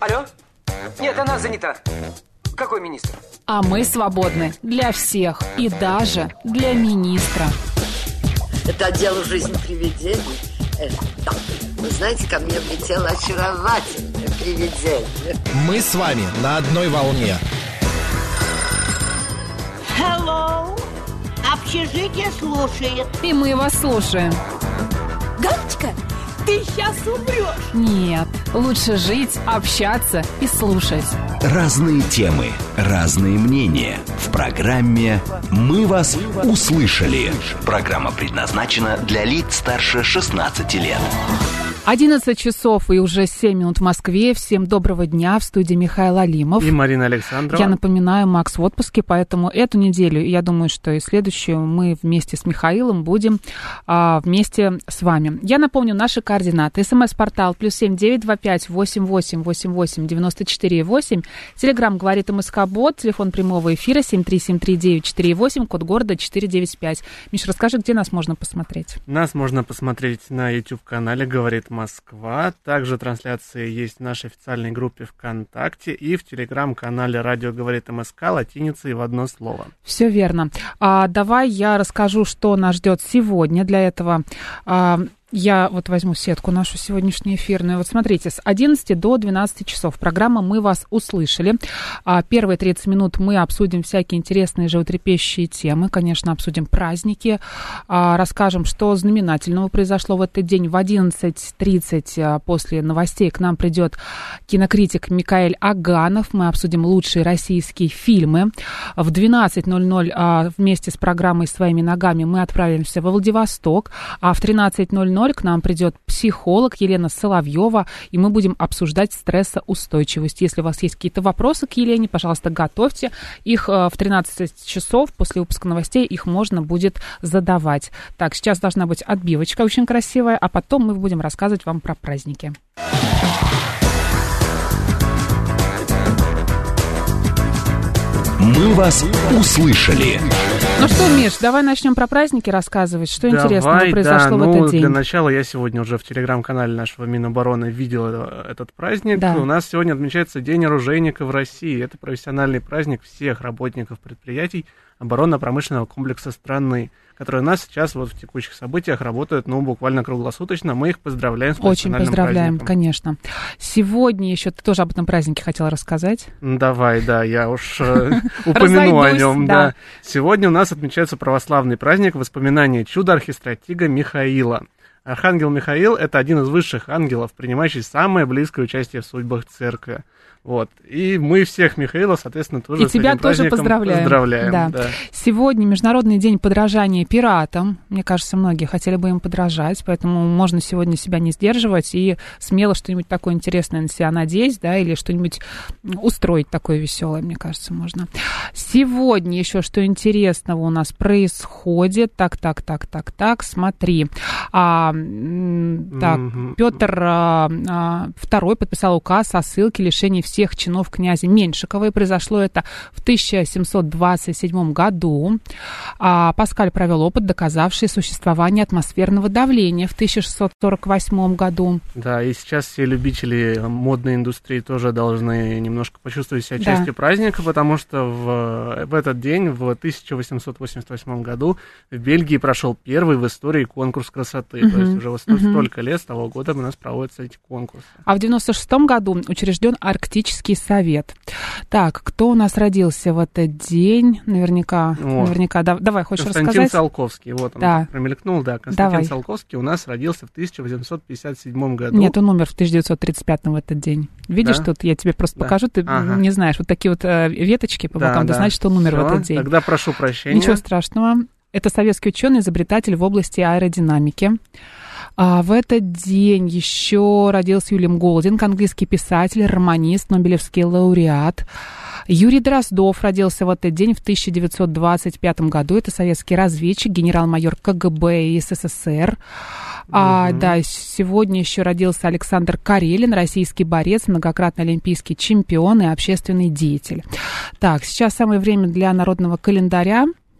Алло? Нет, она занята. Какой министр? А мы свободны для всех и даже для министра. Это отдел «Жизнь привидений». Да. Вы знаете, ко мне влетело очаровательное привидение. Мы с вами на одной волне. Hello. Общежитие слушает. И мы вас слушаем. Галочка, ты сейчас умрешь. Нет, лучше жить, общаться и слушать. Разные темы, разные мнения. В программе «Мы вас услышали». Программа предназначена для лиц старше 16 лет. 11 часов и уже 7 минут в Москве. Всем доброго дня. В студии Михаил Алимов. И Марина Александрова. Я напоминаю, Макс в отпуске, поэтому эту неделю, я думаю, что и следующую мы вместе с Михаилом будем вместе с вами. Я напомню наши координаты. СМС-портал +7 925 88 88 94 8. Телеграм говорит МСК-бот. Телефон прямого эфира 7373948. Код города 495. Миша, расскажи, где нас можно посмотреть? Нас можно посмотреть на YouTube-канале «Говорит Москва». Также трансляции есть в нашей официальной группе ВКонтакте и в телеграм-канале «Радио говорит МСК» латиницей в одно слово. Все верно. Давай я расскажу, что нас ждет сегодня. Для этого я вот возьму сетку нашу сегодняшнюю эфирную. Вот смотрите, с 11 до 12 часов программа «Мы вас услышали». Первые 30 минут мы обсудим всякие интересные животрепещущие темы. Конечно, обсудим праздники, расскажем, что знаменательного произошло в этот день. В 11:30 после новостей к нам придет кинокритик Микаэль Аганов. Мы обсудим лучшие российские фильмы. В 12:00 вместе с программой «Своими ногами» мы отправимся во Владивосток, а в 13:00 к нам придет психолог Елена Соловьева, и мы будем обсуждать стрессоустойчивость. Если у вас есть какие-то вопросы к Елене, пожалуйста, готовьте их в 13 часов после выпуска новостей, их можно будет задавать. Так, сейчас должна быть отбивочка очень красивая, а потом мы будем рассказывать вам про праздники. Мы вас услышали. Ну что, Миш, давай начнем про праздники рассказывать. Что интересного произошло в этот день? Для начала я сегодня уже в телеграм-канале нашего Минобороны видел этот праздник. Да. У нас сегодня отмечается День оружейника в России. Это профессиональный праздник всех работников предприятий оборонно-промышленного комплекса страны, которые у нас сейчас вот в текущих событиях работают, буквально круглосуточно. Мы их поздравляем с профессиональным праздником. Очень поздравляем, конечно. Сегодня еще ты тоже об этом празднике хотела рассказать? Давай, да, я уж упомяну о нем. Да. Сегодня у нас отмечается православный праздник воспоминания чудо-архистратига Михаила. Архангел Михаил – это один из высших ангелов, принимающий самое близкое участие в судьбах церкви. Вот. И мы всех Михаила, соответственно, тоже и с этим праздником поздравляем. Да. Сегодня Международный день подражания пиратам. Мне кажется, многие хотели бы им подражать, поэтому можно сегодня себя не сдерживать и смело что-нибудь такое интересное на себя надеть, да, или что-нибудь устроить такое веселое, мне кажется, можно. Сегодня еще что интересного у нас происходит. Так, смотри. Петр II подписал указ о ссылке лишения всех чинов князя Меньшикова, и произошло это в 1727 году. Паскаль провел опыт, доказавший существование атмосферного давления в 1648 году. Да, и сейчас все любители модной индустрии тоже должны немножко почувствовать себя частью праздника, потому что в этот день, в 1888 году, в Бельгии прошел первый в истории конкурс красоты. То есть уже столько лет с того года у нас проводятся эти конкурсы. А в 96 году учрежден Арктический совет. Так, кто у нас родился в этот день? Наверняка, давай, хочешь рассказать? Константин Циолковский, вот он промелькнул, Константин Циолковский у нас родился в 1857 году. Нет, он умер в 1935 в этот день. Видишь, тут я тебе просто покажу, ты не знаешь, вот такие вот веточки по бокам, ты знаешь, что он умер в этот день. Тогда прошу прощения. Ничего страшного. Это советский ученый, изобретатель в области аэродинамики. В этот день еще родился Уильям Голдинг, английский писатель, романист, нобелевский лауреат. Юрий Дроздов родился в этот день в 1925 году. Это советский разведчик, генерал-майор КГБ СССР. Сегодня еще родился Александр Карелин, российский борец, многократный олимпийский чемпион и общественный деятель. Так, сейчас самое время для народного календаря.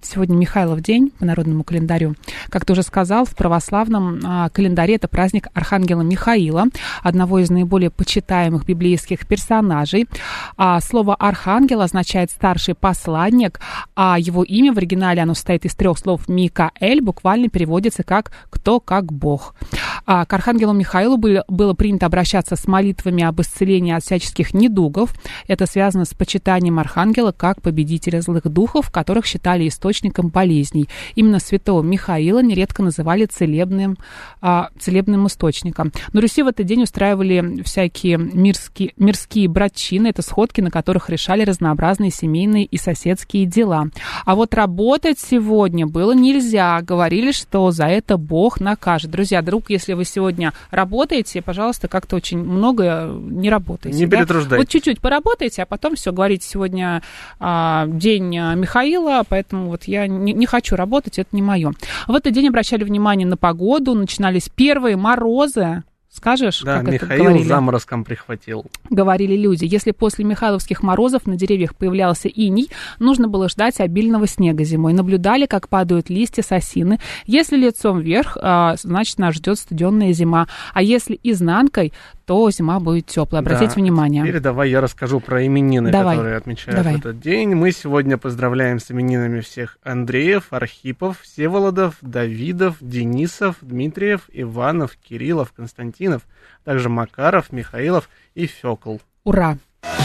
Сегодня Михайлов день по народному календарю. Как ты уже сказал, в православном календаре это праздник Архангела Михаила, одного из наиболее почитаемых библейских персонажей. Слово «архангел» означает «старший посланник», а его имя в оригинале, оно состоит из 3 слов «Микаэль», буквально переводится как «кто как Бог». К Архангелу Михаилу было принято обращаться с молитвами об исцелении от всяческих недугов. Это связано с почитанием Архангела как победителя злых духов, которых считали источником болезней. Именно святого Михаила нередко называли целебным источником. На Руси в этот день устраивали всякие мирские братчины. Это сходки, на которых решали разнообразные семейные и соседские дела. А вот работать сегодня было нельзя. Говорили, что за это Бог накажет. Друзья, если вы сегодня работаете, пожалуйста, как-то очень много не работайте. Не перетруждайтесь. Вот чуть-чуть поработайте, а потом все, говорите, сегодня день Михаила, поэтому вот я не хочу работать, это не мое. В этот день обращали внимание на погоду, начинались первые морозы. Скажешь, да, как Михаил это говорили? заморозком прихватил. Говорили люди. Если после михайловских морозов на деревьях появлялся иней, нужно было ждать обильного снега зимой. Наблюдали, как падают листья с осины. Если лицом вверх, значит, нас ждет студенная зима. А если изнанкой, то зима будет теплая. Обратите внимание. Теперь давай я расскажу про именины, которые отмечают в этот день. Мы сегодня поздравляем с именинами всех Андреев, Архипов, Всеволодов, Давидов, Денисов, Дмитриев, Иванов, Кириллов, Константинов, также Макаров, Михаилов и Фёкл. Ура!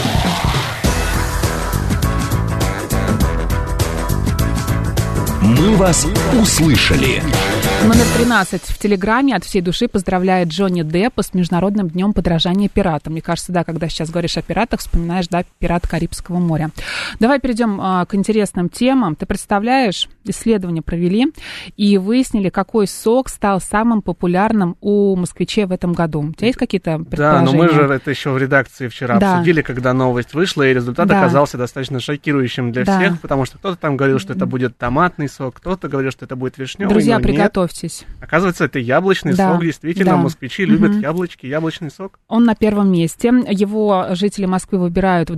Мы вас услышали. Номер 13 в Телеграме от всей души поздравляет Джонни Деппа с Международным днем подражания пиратам. Мне кажется, да, когда сейчас говоришь о пиратах, вспоминаешь, да, пират Карибского моря. Давай перейдем к интересным темам. Ты представляешь, исследования провели и выяснили, какой сок стал самым популярным у москвичей в этом году. У тебя есть какие-то предположения? Да, но мы же это еще в редакции вчера обсудили, когда новость вышла, и результат оказался достаточно шокирующим для всех, потому что кто-то там говорил, что это будет томатный сок, кто-то говорил, что это будет вишневый. Друзья, приготовьтесь. Оказывается, это яблочный сок. Действительно, москвичи любят яблочки, яблочный сок. Он на первом месте. Его жители Москвы выбирают в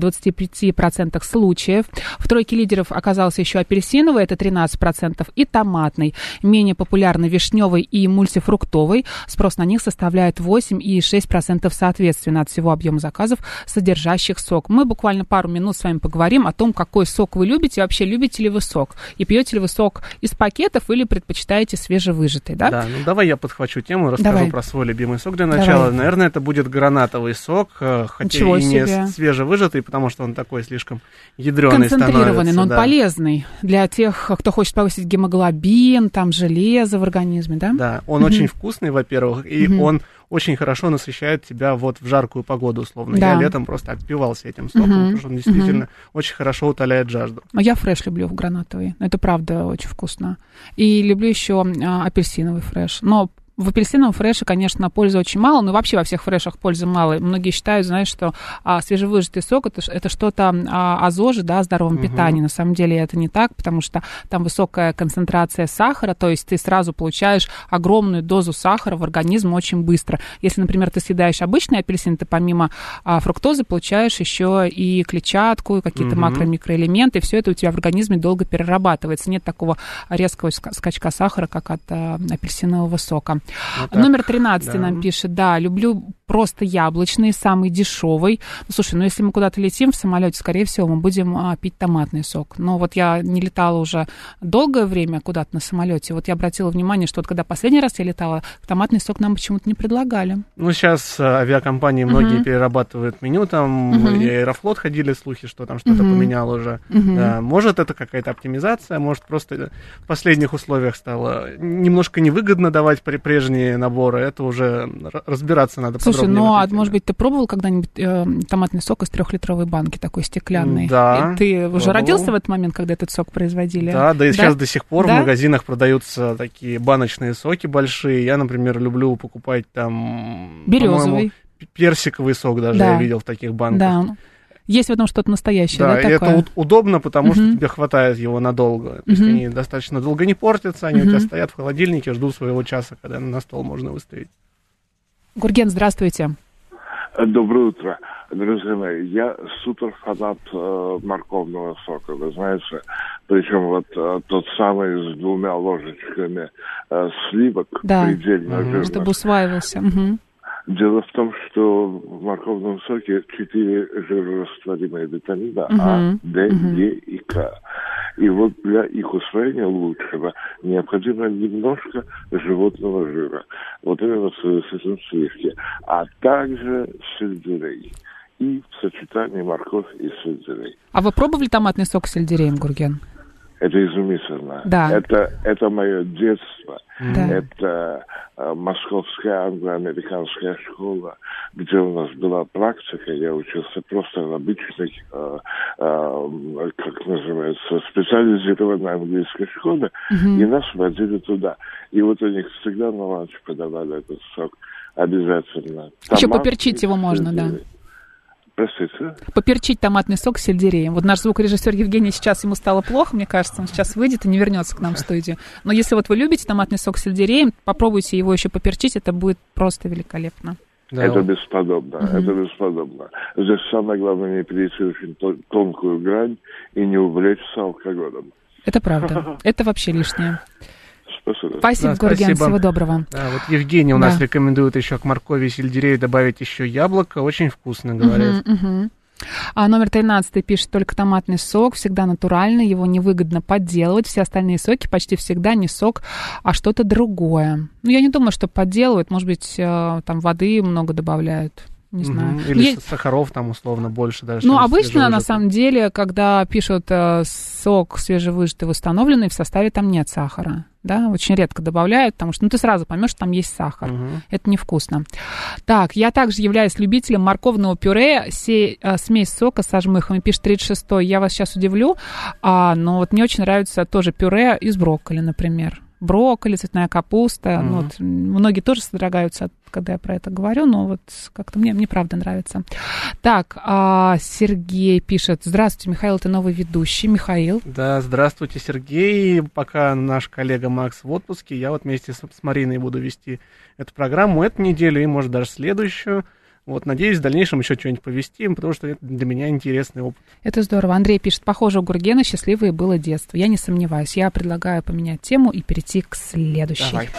25% случаев. В тройке лидеров оказался еще апельсиновый, это 13%, и томатный. Менее популярны вишневый и мультифруктовый. Спрос на них составляет 8 и 6% соответственно от всего объема заказов, содержащих сок. Мы буквально пару минут с вами поговорим о том, какой сок вы любите, вообще любите ли вы сок, и пьете ли вы сок из пакетов или предпочитаете свежевыжатый, да? Да, ну давай я подхвачу тему и расскажу про свой любимый сок для начала. Давай. Наверное, это будет гранатовый сок, хотя и не свежевыжатый, потому что он такой слишком ядреный концентрированный, но он полезный для тех, кто хочет повысить гемоглобин, там железо в организме, да? Да, он очень вкусный, во-первых, и он очень хорошо насыщает тебя вот в жаркую погоду, условно. Да. Я летом просто отпивался этим соком, потому что он действительно очень хорошо утоляет жажду. Я фреш люблю гранатовый, это правда очень вкусно. И люблю еще апельсиновый фреш, но в апельсиновом фреше, конечно, пользы очень мало, но вообще во всех фрешах пользы мало. Многие считают, знаешь, что свежевыжатый сок это что-то о ЗОЖе, да, о здоровом питании. На самом деле это не так, потому что там высокая концентрация сахара, то есть ты сразу получаешь огромную дозу сахара в организм очень быстро. Если, например, ты съедаешь обычный апельсин, ты помимо фруктозы получаешь еще и клетчатку, и какие-то макро-микроэлементы, и все это у тебя в организме долго перерабатывается. Нет такого резкого скачка сахара, как от апельсинового сока. Вот номер 13 нам пишет, да, люблю просто яблочный, самый дешевый. Ну, слушай, ну если мы куда-то летим в самолете, скорее всего, мы будем пить томатный сок. Но вот я не летала уже долгое время куда-то на самолете. Вот я обратила внимание, что вот когда последний раз я летала, томатный сок нам почему-то не предлагали. Ну, сейчас авиакомпании многие перерабатывают меню, там и Аэрофлот ходили слухи, что там что-то поменял уже. Да, может, это какая-то оптимизация, может, просто в последних условиях стало немножко невыгодно давать прежние наборы. Это уже разбираться надо подробнее. Слушай, ну, а может быть, ты пробовал когда-нибудь томатный сок из 3-литровой банки, такой стеклянный? Да. И ты уже родился в этот момент, когда этот сок производили? Да, и сейчас до сих пор в магазинах продаются такие баночные соки большие. Я, например, люблю покупать там... Березовый. Персиковый сок даже я видел в таких банках. Да. Есть в этом что-то настоящее, да, такое? Да, это удобно, потому что тебе хватает его надолго. То есть они достаточно долго не портятся, они у тебя стоят в холодильнике, ждут своего часа, когда на стол можно выставить. Гурген, здравствуйте. Доброе утро, друзья мои. Я супер фанат морковного сока, вы знаете. Причем вот тот самый с 2 ложечками сливок. Да, предельно жирных. Чтобы усваивался. Угу. Дело в том, что в морковном соке 4 жирорастворимые витамина А, Д, Е и К. И вот для их усвоения лучшего необходимо немножко животного жира. Вот именно с этим сливки. А также сельдерей. И в сочетании морковь и сельдерей. А вы пробовали томатный сок с сельдереем, Гурген? Это изумительно. Да. Это мое детство. Да. Это московская англо-американская школа, где у нас была практика. Я учился просто в обычной, как называется, специализированной английской школе. И нас водили туда. И вот у них всегда на ланч подавали этот сок обязательно. Еще поперчить его можно, да. Простите? Поперчить томатный сок с сельдереем. Вот наш звукорежиссер Евгений сейчас, ему стало плохо, мне кажется, он сейчас выйдет и не вернется к нам в студию. Но если вот вы любите томатный сок с сельдереем, попробуйте его еще поперчить, это будет просто великолепно. Да. Это бесподобно, это бесподобно. Здесь самое главное не перейти очень тонкую грань и не увлечься алкоголем. Это правда, это вообще лишнее. Спасибо, Гурген, всего доброго. Да, вот Евгений у нас рекомендует еще к моркови и сельдерею добавить еще яблоко. Очень вкусно, говорят. А номер 13 пишет: только томатный сок, всегда натуральный, его невыгодно подделывать. Все остальные соки почти всегда не сок, а что-то другое. Ну, я не думаю, что подделывают. Может быть, там воды много добавляют. Не знаю. Или сахаров там условно больше даже. Ну, обычно, на самом деле, когда пишут сок свежевыжатый восстановленный, в составе там нет сахара. Да, очень редко добавляют, потому что ты сразу поймешь, что там есть сахар. Это невкусно. Так, я также являюсь любителем морковного пюре, смесь сока со жмыхами, пишет 36-й. Я вас сейчас удивлю, но вот мне очень нравится тоже пюре из брокколи, например. Брокколи, цветная капуста. Ну, вот, многие тоже содрогаются, когда я про это говорю, но вот как-то мне правда нравится. Так, Сергей пишет: здравствуйте, Михаил, ты новый ведущий. Михаил. Да, здравствуйте, Сергей. Пока наш коллега Макс в отпуске, я вот вместе с Мариной буду вести эту программу эту неделю и, может, даже следующую. Вот, надеюсь, в дальнейшем еще что-нибудь повестим, потому что это для меня интересный опыт. Это здорово. Андрей пишет: похоже, у Гургена счастливое было детство. Я не сомневаюсь. Я предлагаю поменять тему и перейти к следующей. Давай.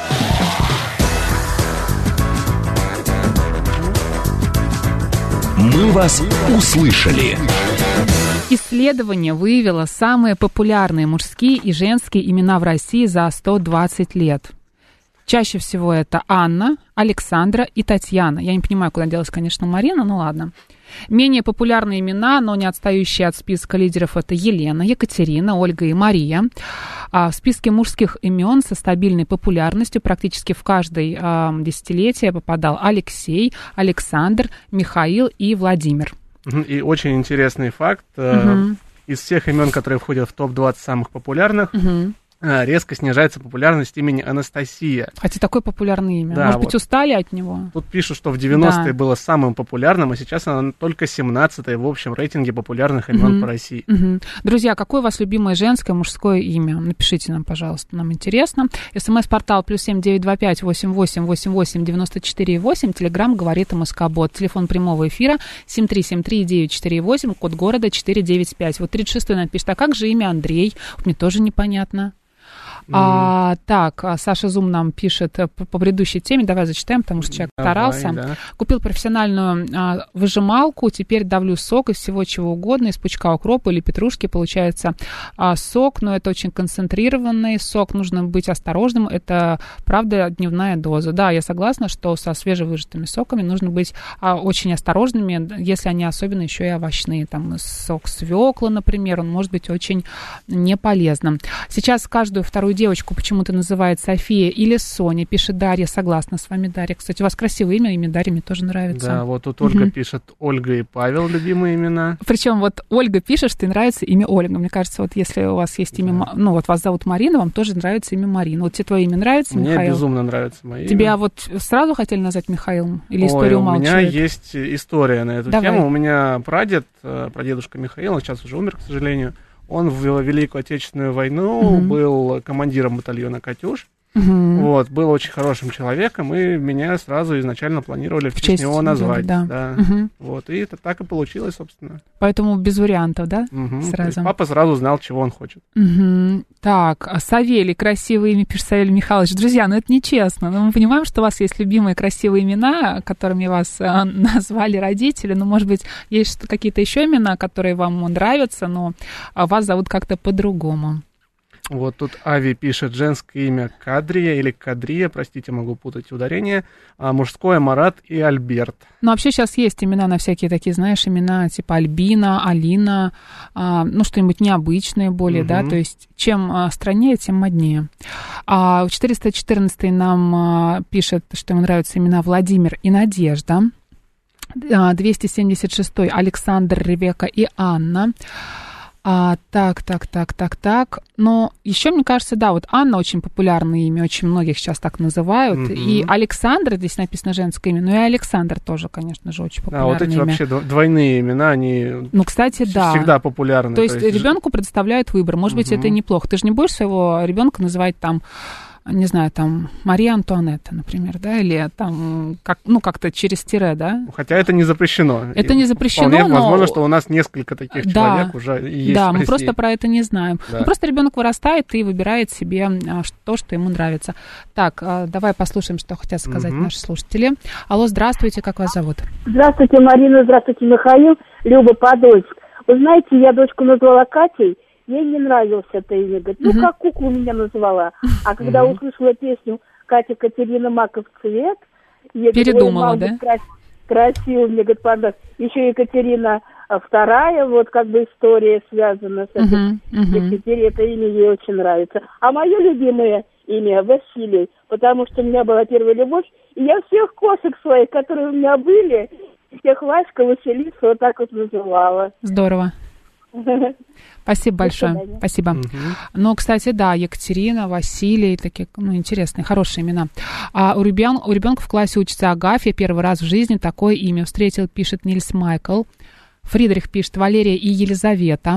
Мы вас услышали. Исследование выявило самые популярные мужские и женские имена в России за 120 лет. Чаще всего это Анна, Александра и Татьяна. Я не понимаю, куда делась, конечно, Марина, ну ладно. Менее популярные имена, но не отстающие от списка лидеров, это Елена, Екатерина, Ольга и Мария. А в списке мужских имен со стабильной популярностью практически в каждое десятилетие попадал Алексей, Александр, Михаил и Владимир. И очень интересный факт. Из всех имен, которые входят в топ-20 самых популярных, резко снижается популярность имени Анастасия. Хотя такое популярное имя. Да, может быть, устали от него? Тут пишут, что в 90-е было самым популярным, а сейчас оно только 17-е в общем рейтинге популярных имен по России. Друзья, какое у вас любимое женское, мужское имя? Напишите нам, пожалуйста, нам интересно. СМС-портал +7 925 88 88 94 8. Телеграм говорит МСК-бот. Телефон прямого эфира 7373948, код города 495. Вот 36-й напишет: а как же имя Андрей? Мне тоже непонятно. Так, Саша Зум нам пишет по предыдущей теме. Давай зачитаем, потому что человек старался. Да. Купил профессиональную выжималку, теперь давлю сок из всего чего угодно, из пучка укропа или петрушки получается сок, но это очень концентрированный сок, нужно быть осторожным, это, правда, дневная доза. Да, я согласна, что со свежевыжатыми соками нужно быть очень осторожными, если они особенно еще и овощные. Там сок свеклы, например, он может быть очень неполезным. Сейчас каждую вторую девочку почему-то называет София или Соня, пишет Дарья. Согласна с вами, Дарья. Кстати, у вас красивое имя Дарья мне тоже нравится. Да, вот тут Ольга пишет: Ольга и Павел, любимые имена. Причем вот Ольга пишет, что ей нравится имя Ольга. Мне кажется, вот если у вас есть имя, ну вот вас зовут Марина, вам тоже нравится имя Марина. Вот тебе твое имя нравится, Мне Михаил? безумно нравится мое Тебя имя. вот сразу хотели назвать Михаилом? Или история умалчивает? У меня есть история на эту тему. У меня прадедушка Михаил, он сейчас уже умер, к сожалению. Он в Великую Отечественную войну был командиром батальона «Катюш». Вот, был очень хорошим человеком, и меня сразу изначально планировали в честь него назвать. Да. Вот, и это так и получилось, собственно. Поэтому без вариантов, да? Сразу. Папа сразу знал, чего он хочет. Так, Савелий, красивое имя, пишет Савелий Михайлович. Друзья, ну это нечестно. Но мы понимаем, что у вас есть любимые красивые имена, которыми вас назвали родители. Ну, может быть, есть какие-то еще имена, которые вам нравятся, но вас зовут как-то по-другому. Вот тут Ави пишет женское имя Кадрия или Кадрия, простите, могу путать ударение, а мужское Марат и Альберт. Ну, вообще сейчас есть имена на всякие такие, знаешь, имена типа Альбина, Алина, ну, что-нибудь необычное более, да, то есть чем страннее, тем моднее. 414 нам пишет, что ему нравятся имена Владимир и Надежда. 276 Александр, Ревека и Анна. Так. Но еще, мне кажется, да, вот Анна очень популярное имя, очень многих сейчас так называют. И Александр, здесь написано женское имя, но и Александр тоже, конечно же, очень популярное имя. Вот эти вообще двойные имена, они кстати, всегда популярны. То есть ребенку предоставляют выбор. Может быть, это и неплохо. Ты же не будешь своего ребенка называть там, не знаю, там, Мария Антуанетта, например, да, или там, как-то через тире, да? Хотя это не запрещено. Это не запрещено, вполне возможно, что у нас несколько таких человек уже есть. Да, в мы России. просто про это не знаем. Да. Ну, просто ребенок вырастает и выбирает себе то, что ему нравится. Так, давай послушаем, что хотят сказать наши слушатели. Алло, здравствуйте, как вас зовут? Здравствуйте, Марина, здравствуйте, Михаил, Люба, Подольск. Вы знаете, я дочку назвала Катей. Ей не нравилось это имя. Говорит, как куклу меня назвала. А когда услышала песню «Катя Катерина Маков цвет», передумала, да? Красиво, мне говорит, понравилось. Еще Екатерина II, вот как бы история связана с этим. Екатерина, это имя ей очень нравится. А мое любимое имя Василий, потому что у меня была первая любовь. И я всех кошек своих, которые у меня были, всех Васька, Василиса вот так вот называла. Здорово. Спасибо большое. Спасибо. Ну, кстати, да, Екатерина, Василий, такие, интересные, хорошие имена. А у ребенка в классе учится Агафья, первый раз в жизни такое имя встретил, пишет Нильс Майкл. Фридрих пишет Валерия и Елизавета.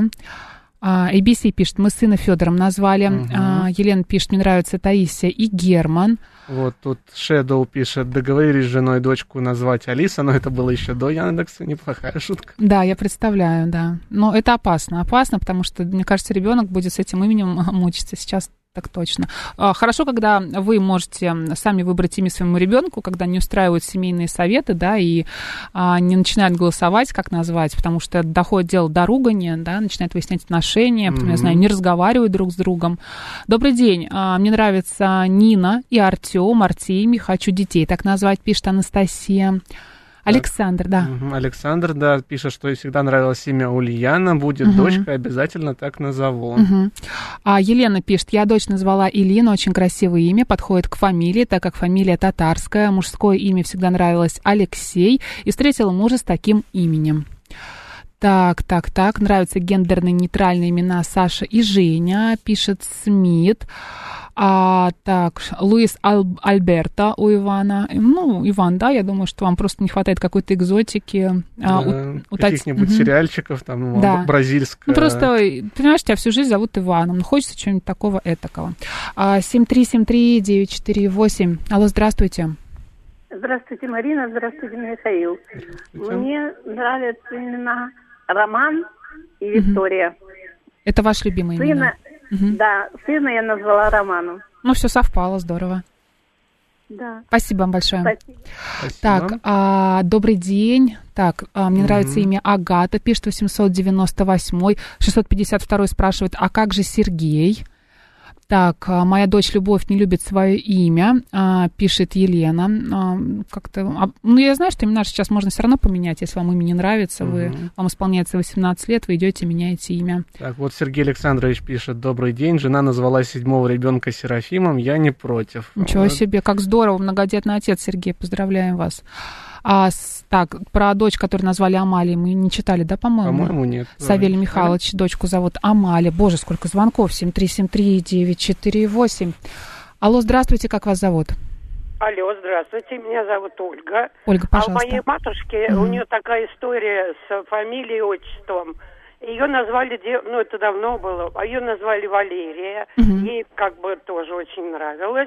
ABC пишет, мы сына Федором назвали. Елена пишет, мне нравится Таисия и Герман. Вот тут Shadow пишет, договорились с женой дочку назвать Алиса, но это было еще до Яндекса, неплохая шутка. Да, я представляю, да. Но это опасно, потому что, мне кажется, ребенок будет с этим именем мучиться сейчас. Так точно. Хорошо, когда вы можете сами выбрать имя своему ребенку, когда не устраивают семейные советы, да, и не начинают голосовать, как назвать, потому что доходит дело до ругани, да, начинают выяснять отношения, потом, я знаю, не разговаривают друг с другом. Добрый день, мне нравится Нина и Артем, Артемий, хочу детей так назвать, пишет Анастасия. Александр, да. Александр, да, пишет, что ей всегда нравилось имя Ульяна, будет дочка, обязательно так назову. А Елена пишет, я дочь назвала Илина, очень красивое имя, подходит к фамилии, так как фамилия татарская, мужское имя всегда нравилось Алексей, и встретила мужа с таким именем. Так, нравятся гендерно-нейтральные имена Саша и Женя, пишет Смит. Так, Луис Альберто у Ивана. Иван, да, я думаю, что вам просто не хватает какой-то экзотики. Каких-нибудь сериальчиков, там, бразильского. Просто, понимаешь, тебя всю жизнь зовут Иваном, хочется чего-нибудь такого этакого. 7373948. Алло, здравствуйте. Здравствуйте, Марина, здравствуйте, Михаил. Мне нравятся имена Роман и Виктория. Это ваши любимые имена? Да, сына я назвала Романом. Ну, все совпало, здорово. Да. Спасибо вам большое. Спасибо. Так, добрый день. Так, мне нравится имя Агата, пишет 898. 652 спрашивает, а как же Сергей? Так, моя дочь Любовь не любит свое имя, пишет Елена. Я знаю, что имена сейчас можно все равно поменять, если вам имя не нравится, вам исполняется 18 лет, вы идете, меняете имя. Так, вот Сергей Александрович пишет, добрый день, жена назвала 7-го ребенка Серафимом, я не против. Ничего себе, как здорово, многодетный отец, Сергей, поздравляем вас. Так, про дочь, которую назвали Амалией, мы не читали, да, по-моему? По-моему, нет. Савелий Михайлович, дочку зовут Амалия. Боже, сколько звонков. 7373948. Алло, здравствуйте, как вас зовут? Алло, здравствуйте, меня зовут Ольга. Ольга, пожалуйста. А у моей матушки, у нее такая история с фамилией и отчеством. Ее назвали, это давно было, ее назвали Валерия. Ей как бы тоже очень нравилось.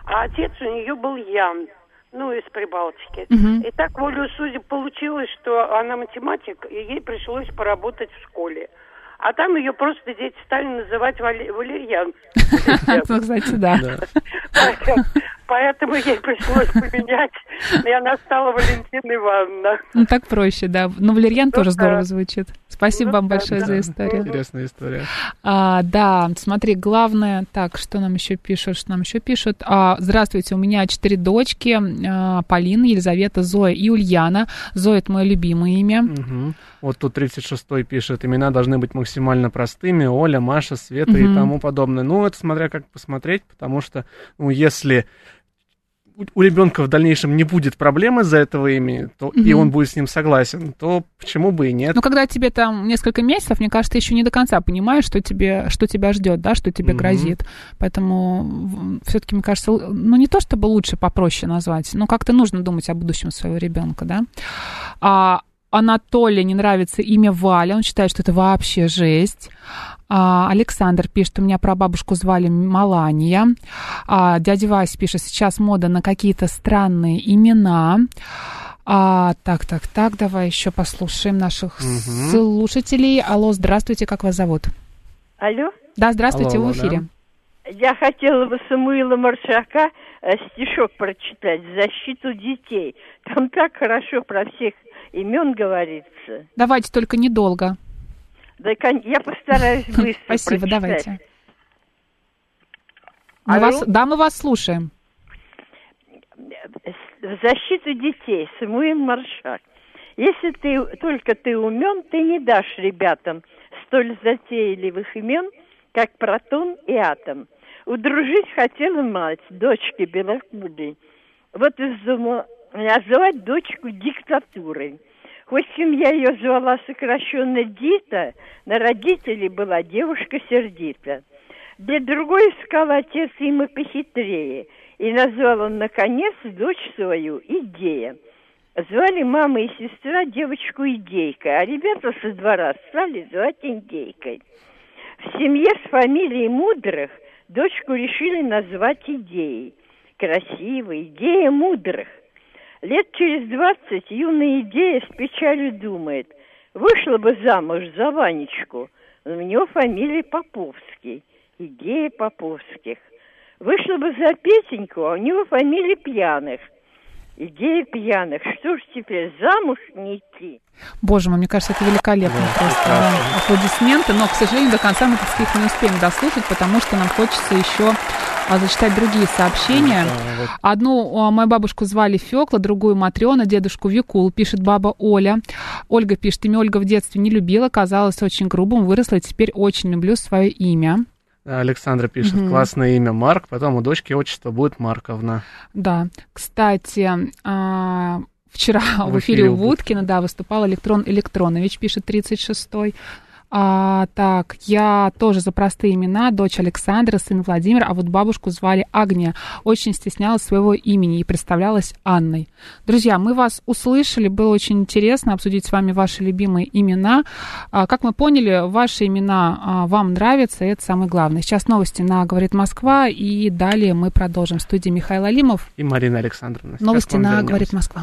а отец у нее был Ян, из Прибалтики. И так, волею судеб, получилось, что она математик, и ей пришлось поработать в школе. А там ее просто дети стали называть Валерьян. Ну, кстати, да. Поэтому ей пришлось поменять, и она стала Валентина Ивановна. Ну, так проще, да. Но Валерьян тоже здорово звучит. Спасибо вам большое за историю. Интересная история. Да, смотри, главное... Так, что нам еще пишут? Здравствуйте, у меня 4 дочки. Полина, Елизавета, Зоя и Ульяна. Зоя — это мое любимое имя. Вот тут 36-й пишет, имена должны быть максимально простыми. Оля, Маша, Света и тому подобное. Ну, это смотря как посмотреть, потому что, если у ребенка в дальнейшем не будет проблем из-за этого имени, то, и он будет с ним согласен, то почему бы и нет? Ну, когда тебе там несколько месяцев, мне кажется, ты еще не до конца понимаешь, что тебя ждет, да, что тебе грозит. Поэтому все-таки, мне кажется, не то чтобы лучше попроще назвать, но как-то нужно думать о будущем своего ребенка, да. Анатолию не нравится имя Валя, он считает, что это вообще жесть. Александр пишет, у меня прабабушку звали Малания. Дядя Вася пишет, сейчас мода на какие-то странные имена. Так, давай еще послушаем наших слушателей. Алло, здравствуйте, как вас зовут? Алло? Да, здравствуйте, вы в эфире. Да. Я хотела бы Самуила Маршака стишок прочитать в защиту детей. Там так хорошо про всех имен говорится. Давайте, только недолго. Да, я постараюсь быстро Спасибо, прочитать. давайте. Мы вас слушаем. В защиту детей. Самуил Маршак. Если ты умен, ты не дашь ребятам столь затейливых имен, как Протон и Атом. Удружить хотела мать, дочки белокурой. Вот вздумала назвать дочку диктатурой. Хоть семья ее звала сокращенно Дита, на родителей была девушка сердита. Для другой искал отец имя похитрее, и назвал он, наконец, дочь свою Идея. Звали мама и сестра девочку Идейкой, а ребята со двора стали звать Индейкой. В семье с фамилией Мудрых дочку решили назвать Идеей. Красивая Идея мудрых. Лет через 20 юная Идея с печалью думает, вышла бы замуж за Ванечку, но у него фамилия Поповский, Идея Поповских. Вышла бы за Петеньку, а у него фамилия Пьяных, Идея Пьяных. Что ж теперь, замуж не идти? Боже мой, мне кажется, это великолепно. Просто аплодисменты, но, к сожалению, до конца мы их не успеем дослушать, потому что нам хочется еще зачитать другие сообщения. Одну мою бабушку звали Фёкла, другую Матрёна, дедушку Викул, пишет баба Оля. Ольга пишет, имя Ольга в детстве не любила, казалось очень грубым, выросла, и теперь очень люблю свое имя. Александра пишет, классное имя Марк, потом у дочки отчество будет Марковна. Да, кстати, вчера в эфире у Вудкина, выступал Электрон Электронович, пишет 36-й. Так, я тоже за простые имена, дочь Александра, сын Владимир, а вот бабушку звали Агния. Очень стеснялась своего имени и представлялась Анной. Друзья, мы вас услышали, было очень интересно обсудить с вами ваши любимые имена. Как мы поняли, ваши имена вам нравятся, и это самое главное. Сейчас новости на «Говорит Москва», и далее мы продолжим. В студии Михаил Алимов и Марина Александровна. Новости на «Говорит Москва».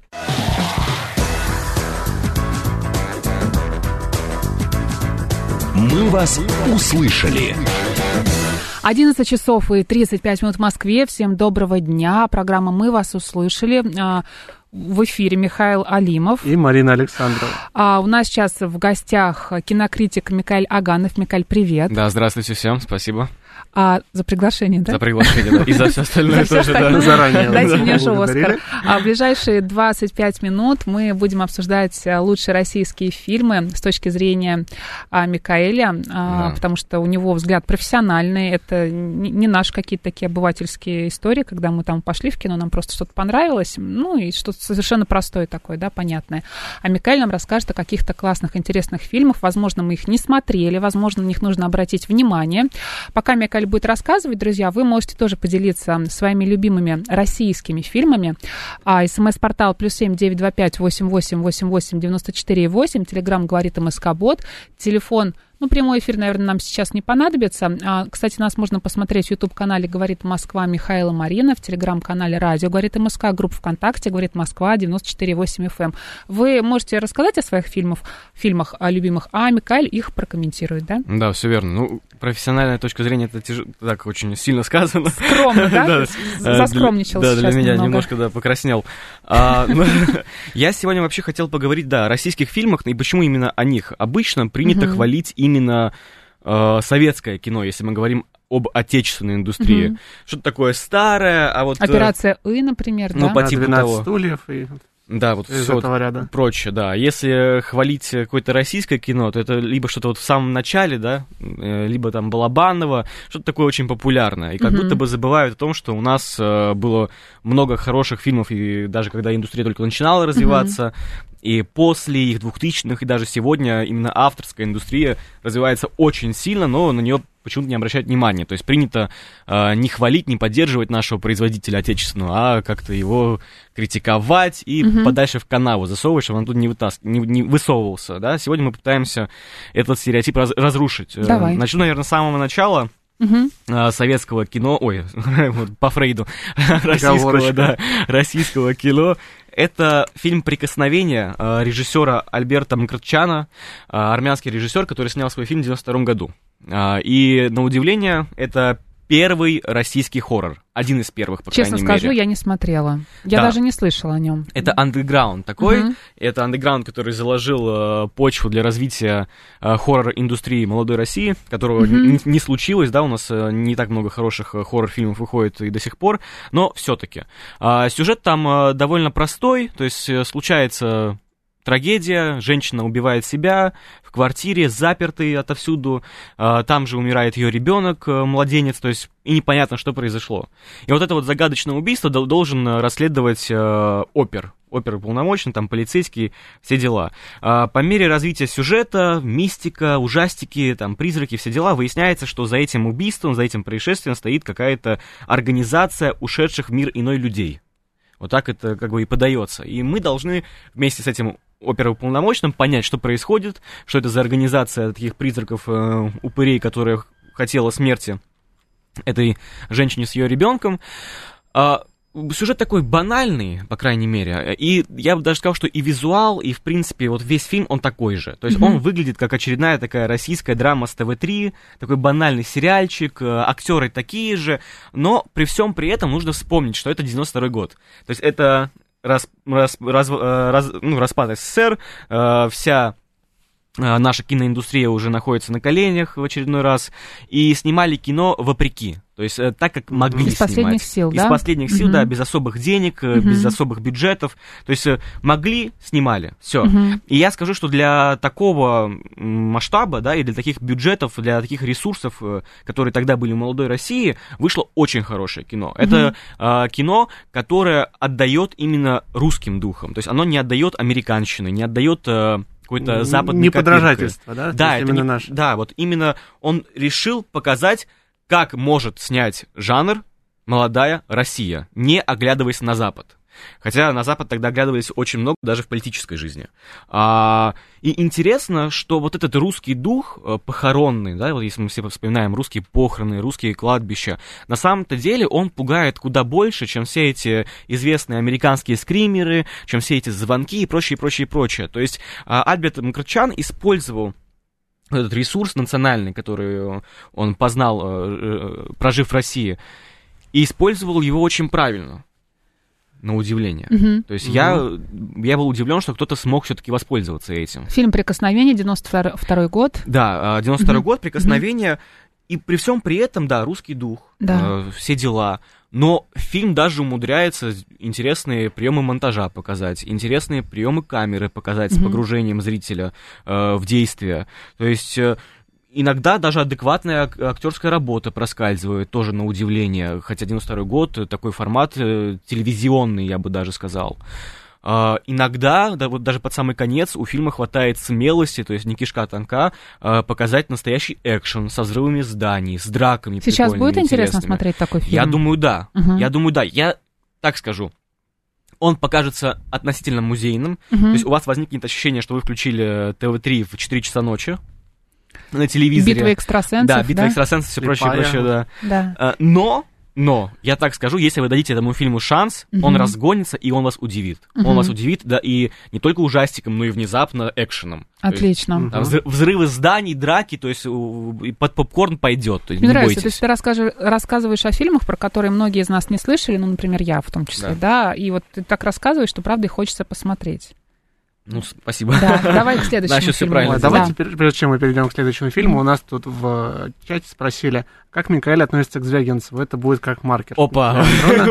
Мы вас услышали. 11 часов и 35 минут в Москве. Всем доброго дня. Программа «Мы вас услышали». В эфире Михаил Алимов и Марина Александрова. У нас сейчас в гостях кинокритик Микаэль Аганов. Микаэль, привет. Да, здравствуйте всем, спасибо. За приглашение, да? За приглашение, да. И за все остальное тоже, да. Заранее. Дайте мне же Оскар. В ближайшие 25 минут мы будем обсуждать лучшие российские фильмы с точки зрения Микаэля, потому что у него взгляд профессиональный. Это не наши какие-то такие обывательские истории, когда мы там пошли в кино, нам просто что-то понравилось, и что-то совершенно простое такое, да, понятное. А Микаэль нам расскажет о каких-то классных, интересных фильмах. Возможно, мы их не смотрели, возможно, на них нужно обратить внимание. Пока Микаэль будет рассказывать, друзья, вы можете тоже поделиться своими любимыми российскими фильмами. СМС-портал +7 925 88 88 94 8. Телеграм говорит МСК-бот. Телефон Прямой эфир, наверное, нам сейчас не понадобится. Кстати, нас можно посмотреть в YouTube-канале «Говорит Москва» Михаил и Марина, в Телеграм-канале «Радио Говорит МСК», группа ВКонтакте «Говорит Москва» 94,8 FM. Вы можете рассказать о своих фильмах о любимых, а Микаэль их прокомментирует, да? Да, все верно. Профессиональная точка зрения, это так очень сильно сказано. Скромно, да? Заскромничал сейчас для меня немного. Немножко, покраснел. Я сегодня вообще хотел поговорить, о российских фильмах, и почему именно о них. Обычно принято хвалить именно советское кино, если мы говорим об отечественной индустрии. Что-то такое старое, а вот... «Операция И», например, да? По типу 12 стульев и... Да, вот из все этого ряда. Прочее, да. Если хвалить какое-то российское кино, то это либо что-то вот в самом начале, да, либо там Балабанова, что-то такое очень популярное. И как будто бы забывают о том, что у нас было много хороших фильмов, и даже когда индустрия только начинала развиваться, и после их 2000-х, и даже сегодня именно авторская индустрия развивается очень сильно, но на нее почему-то не обращают внимания. То есть принято не хвалить, не поддерживать нашего производителя отечественного, а как-то его критиковать и подальше в канаву засовывать, чтобы он тут не высовывался. Да? Сегодня мы пытаемся этот стереотип разрушить. Давай. Начну, наверное, с самого начала. Советского кино, по Фрейду, российского кино. Это фильм «Прикосновение» режиссера Альберта Мкртчяна, армянский режиссер, который снял свой фильм в 1992 году. И, на удивление, это первый российский хоррор. Один из первых, по крайней мере. Честно скажу, я не смотрела. Я даже не слышала о нем. Это андеграунд такой. Это андеграунд, который заложил почву для развития хоррор-индустрии молодой России, которого не случилось, да, у нас не так много хороших хоррор-фильмов выходит и до сих пор, но все-таки. Сюжет там довольно простой, то есть случается... Трагедия, женщина убивает себя в квартире, запертый отовсюду, там же умирает ее ребенок, младенец, то есть и непонятно, что произошло. И вот это вот загадочное убийство должен расследовать оперуполномоченный, там полицейский, все дела. По мере развития сюжета, мистика, ужастики, там призраки, все дела, выясняется, что за этим убийством, за этим происшествием стоит какая-то организация ушедших в мир иной людей. Вот так это как бы и подается. И мы должны вместе с этим оперуполномоченным понять, что происходит, что это за организация таких призраков, упырей, которая хотела смерти этой женщине с ее ребенком. Сюжет такой банальный, по крайней мере, и я бы даже сказал, что и визуал, и, в принципе, вот весь фильм, он такой же. То есть он выглядит как очередная такая российская драма с ТВ-3, такой банальный сериальчик, актеры такие же, но при всем при этом нужно вспомнить, что это 92-й год. То есть это распад СССР, вся... Наша киноиндустрия уже находится на коленях в очередной раз, и снимали кино вопреки. То есть так, как могли снимать. Из последних сил, да? Из последних сил, да, без особых денег, без особых бюджетов. То есть могли, снимали, все. И я скажу, что для такого масштаба, да, и для таких бюджетов, для таких ресурсов, которые тогда были в молодой России, вышло очень хорошее кино. Это кино, которое отдает именно русским духом. То есть оно не отдает американщины, не отдает... какой-то западный неподражательство, да? Да, это именно наш. Да, вот именно он решил показать, как может снять жанр молодая Россия, не оглядываясь на Запад. Хотя на Запад тогда оглядывались очень много, даже в политической жизни. И интересно, что вот этот русский дух похоронный, да, вот если мы все вспоминаем русские похороны, русские кладбища, на самом-то деле он пугает куда больше, чем все эти известные американские скримеры, чем все эти звонки и прочее, прочее, прочее. То есть Альберт Мкртчян использовал этот ресурс национальный, который он познал, прожив в России, и использовал его очень правильно. На удивление. То есть я был удивлен, что кто-то смог все-таки воспользоваться этим. Фильм «Прикосновение», 92-й год. Да, 92-й год, «Прикосновение». И при всем при этом, да, русский дух, все дела. Но фильм даже умудряется интересные приемы монтажа показать, интересные приемы камеры показать с погружением зрителя в действие. То есть... Иногда даже адекватная актерская работа проскальзывает, тоже на удивление, хотя 92-й год, такой формат телевизионный, я бы даже сказал. Иногда, да, вот даже под самый конец, у фильма хватает смелости, то есть не кишка тонка, показать настоящий экшен со взрывами зданий, с драками. Сейчас будет интересно смотреть такой фильм? Я думаю, да. Я так скажу. Он покажется относительно музейным, то есть у вас возникнет ощущение, что вы включили ТВ-3 в 4 часа ночи. на телевизоре. Битва экстрасенсов, да? Битва экстрасенсов, все прочее, да. Но, я так скажу, если вы дадите этому фильму шанс, он разгонится, и он вас удивит. Он вас удивит, да, и не только ужастиком, но и внезапно экшеном. Отлично. То есть, взрывы зданий, драки, то есть под попкорн пойдет. Мне нравится, то есть ты рассказываешь о фильмах, про которые многие из нас не слышали, ну, например, я в том числе, да, и вот ты так рассказываешь, что, правда, и хочется посмотреть. Ну, спасибо. Да, давай к следующему фильму. Давайте, прежде чем мы перейдем к следующему фильму, у нас тут в чате спросили, как Микаэль относится к Звягинцеву. Это будет как маркер. Опа!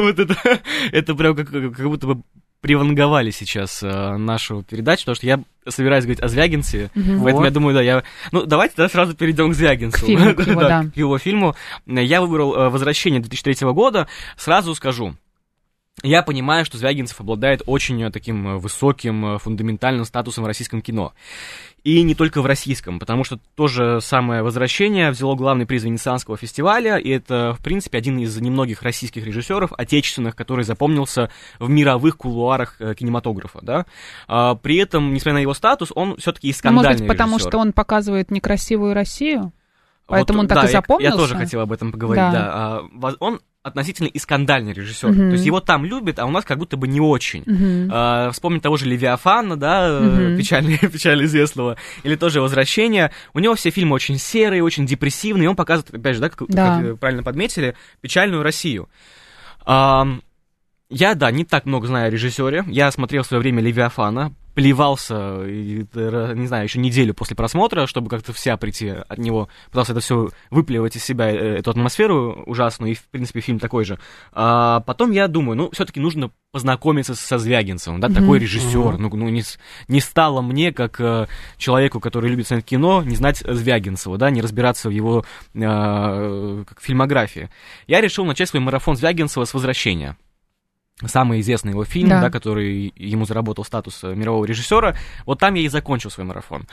Это прям как будто бы приванговали сейчас нашу передачу, потому что я собираюсь говорить о Звягинцеве, поэтому я думаю, да, ну, давайте тогда сразу перейдем к Звягинцеву. К его фильму. Я выбрал «Возвращение» 2003 года. Сразу скажу, я понимаю, что Звягинцев обладает очень таким высоким, фундаментальным статусом в российском кино. И не только в российском, потому что то же самое «Возвращение» взяло главный приз Венецианского фестиваля, и это, в принципе, один из немногих российских режиссеров, отечественных, который запомнился в мировых кулуарах кинематографа, да. При этом, несмотря на его статус, он все-таки и скандальный режиссер. Может быть, потому что он показывает некрасивую Россию? Поэтому он так и запомнился? Я тоже хотел об этом поговорить, да. Он относительно и скандальный режиссер. То есть его там любят, а у нас как будто бы не очень. Вспомнить того же Левиафана, да, печально известного, или тоже «Возвращение». У него все фильмы очень серые, очень депрессивные, и он показывает, опять же, да, как правильно подметили, печальную Россию. Я, не так много знаю о режиссере. Я смотрел в свое время «Левиафана», плевался, не знаю, еще неделю после просмотра, чтобы как-то вся прийти от него, пытался это все выплевывать из себя, эту атмосферу ужасную, и, в принципе, фильм такой же. А потом я думаю, ну, все-таки нужно познакомиться со Звягинцевым, да, такой режиссер. Не стало мне, как человеку, который любит смотреть кино, не знать Звягинцева, да, не разбираться в его фильмографии. Я решил начать свой марафон Звягинцева с «Возвращения». Самый известный его фильм, да, который ему заработал статус мирового режиссера, вот там я и закончил свой марафон.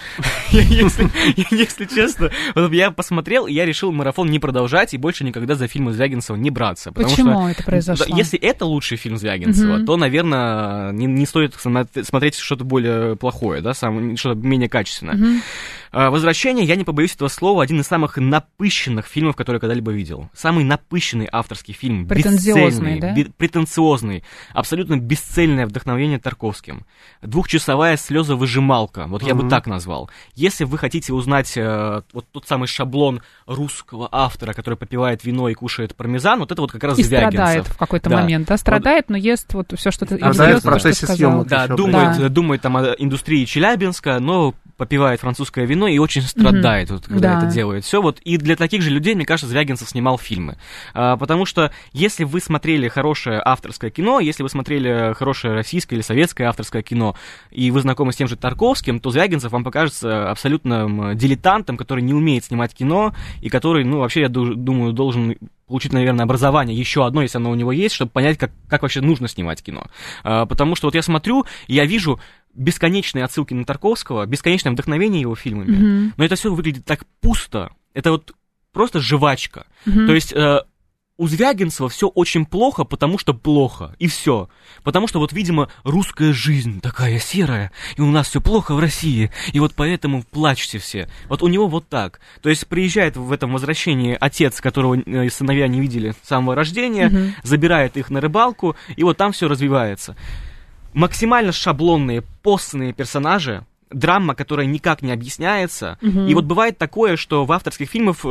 Если честно, я посмотрел, и я решил марафон не продолжать и больше никогда за фильмы Звягинцева не браться. Почему это произошло? Если это лучший фильм Звягинцева, то, наверное, не стоит смотреть что-то более плохое, да, что-то менее качественное. «Возвращение», я не побоюсь этого слова, один из самых напыщенных фильмов, которые я когда-либо видел. Самый напыщенный авторский фильм. Претенциозный, да? Претенциозный, абсолютно бесцельное вдохновение Тарковским. 2-часовая слезовыжималка, вот я бы так назвал. Если вы хотите узнать вот тот самый шаблон русского автора, который попивает вино и кушает пармезан, вот это вот как раз и Звягинцев. Страдает в какой-то момент, да? Страдает, но ест вот все, что ты... Страдает в процессе съемок. Да, думает там о индустрии Челябинска, но попивает французское вино и очень страдает, вот, когда это делает. Все вот. И для таких же людей, мне кажется, Звягинцев снимал фильмы. Потому что если вы смотрели хорошее авторское кино, если вы смотрели хорошее российское или советское авторское кино, и вы знакомы с тем же Тарковским, то Звягинцев вам покажется абсолютно дилетантом, который не умеет снимать кино, и который, ну, вообще, я думаю, должен получить, наверное, образование еще одно, если оно у него есть, чтобы понять, как вообще нужно снимать кино. Потому что вот я смотрю, и я вижу бесконечные отсылки на Тарковского, бесконечное вдохновение его фильмами, но это все выглядит так пусто, это вот просто жвачка. То есть у Звягинцева все очень плохо, потому что плохо, и все. Потому что вот, видимо, русская жизнь такая серая, и у нас все плохо в России, и вот поэтому плачьте все. Вот у него вот так. То есть приезжает в этом «Возвращении» отец, которого сыновья не видели с самого рождения, забирает их на рыбалку, и вот там все развивается. Максимально шаблонные, постные персонажи, драма, которая никак не объясняется. И вот бывает такое, что в авторских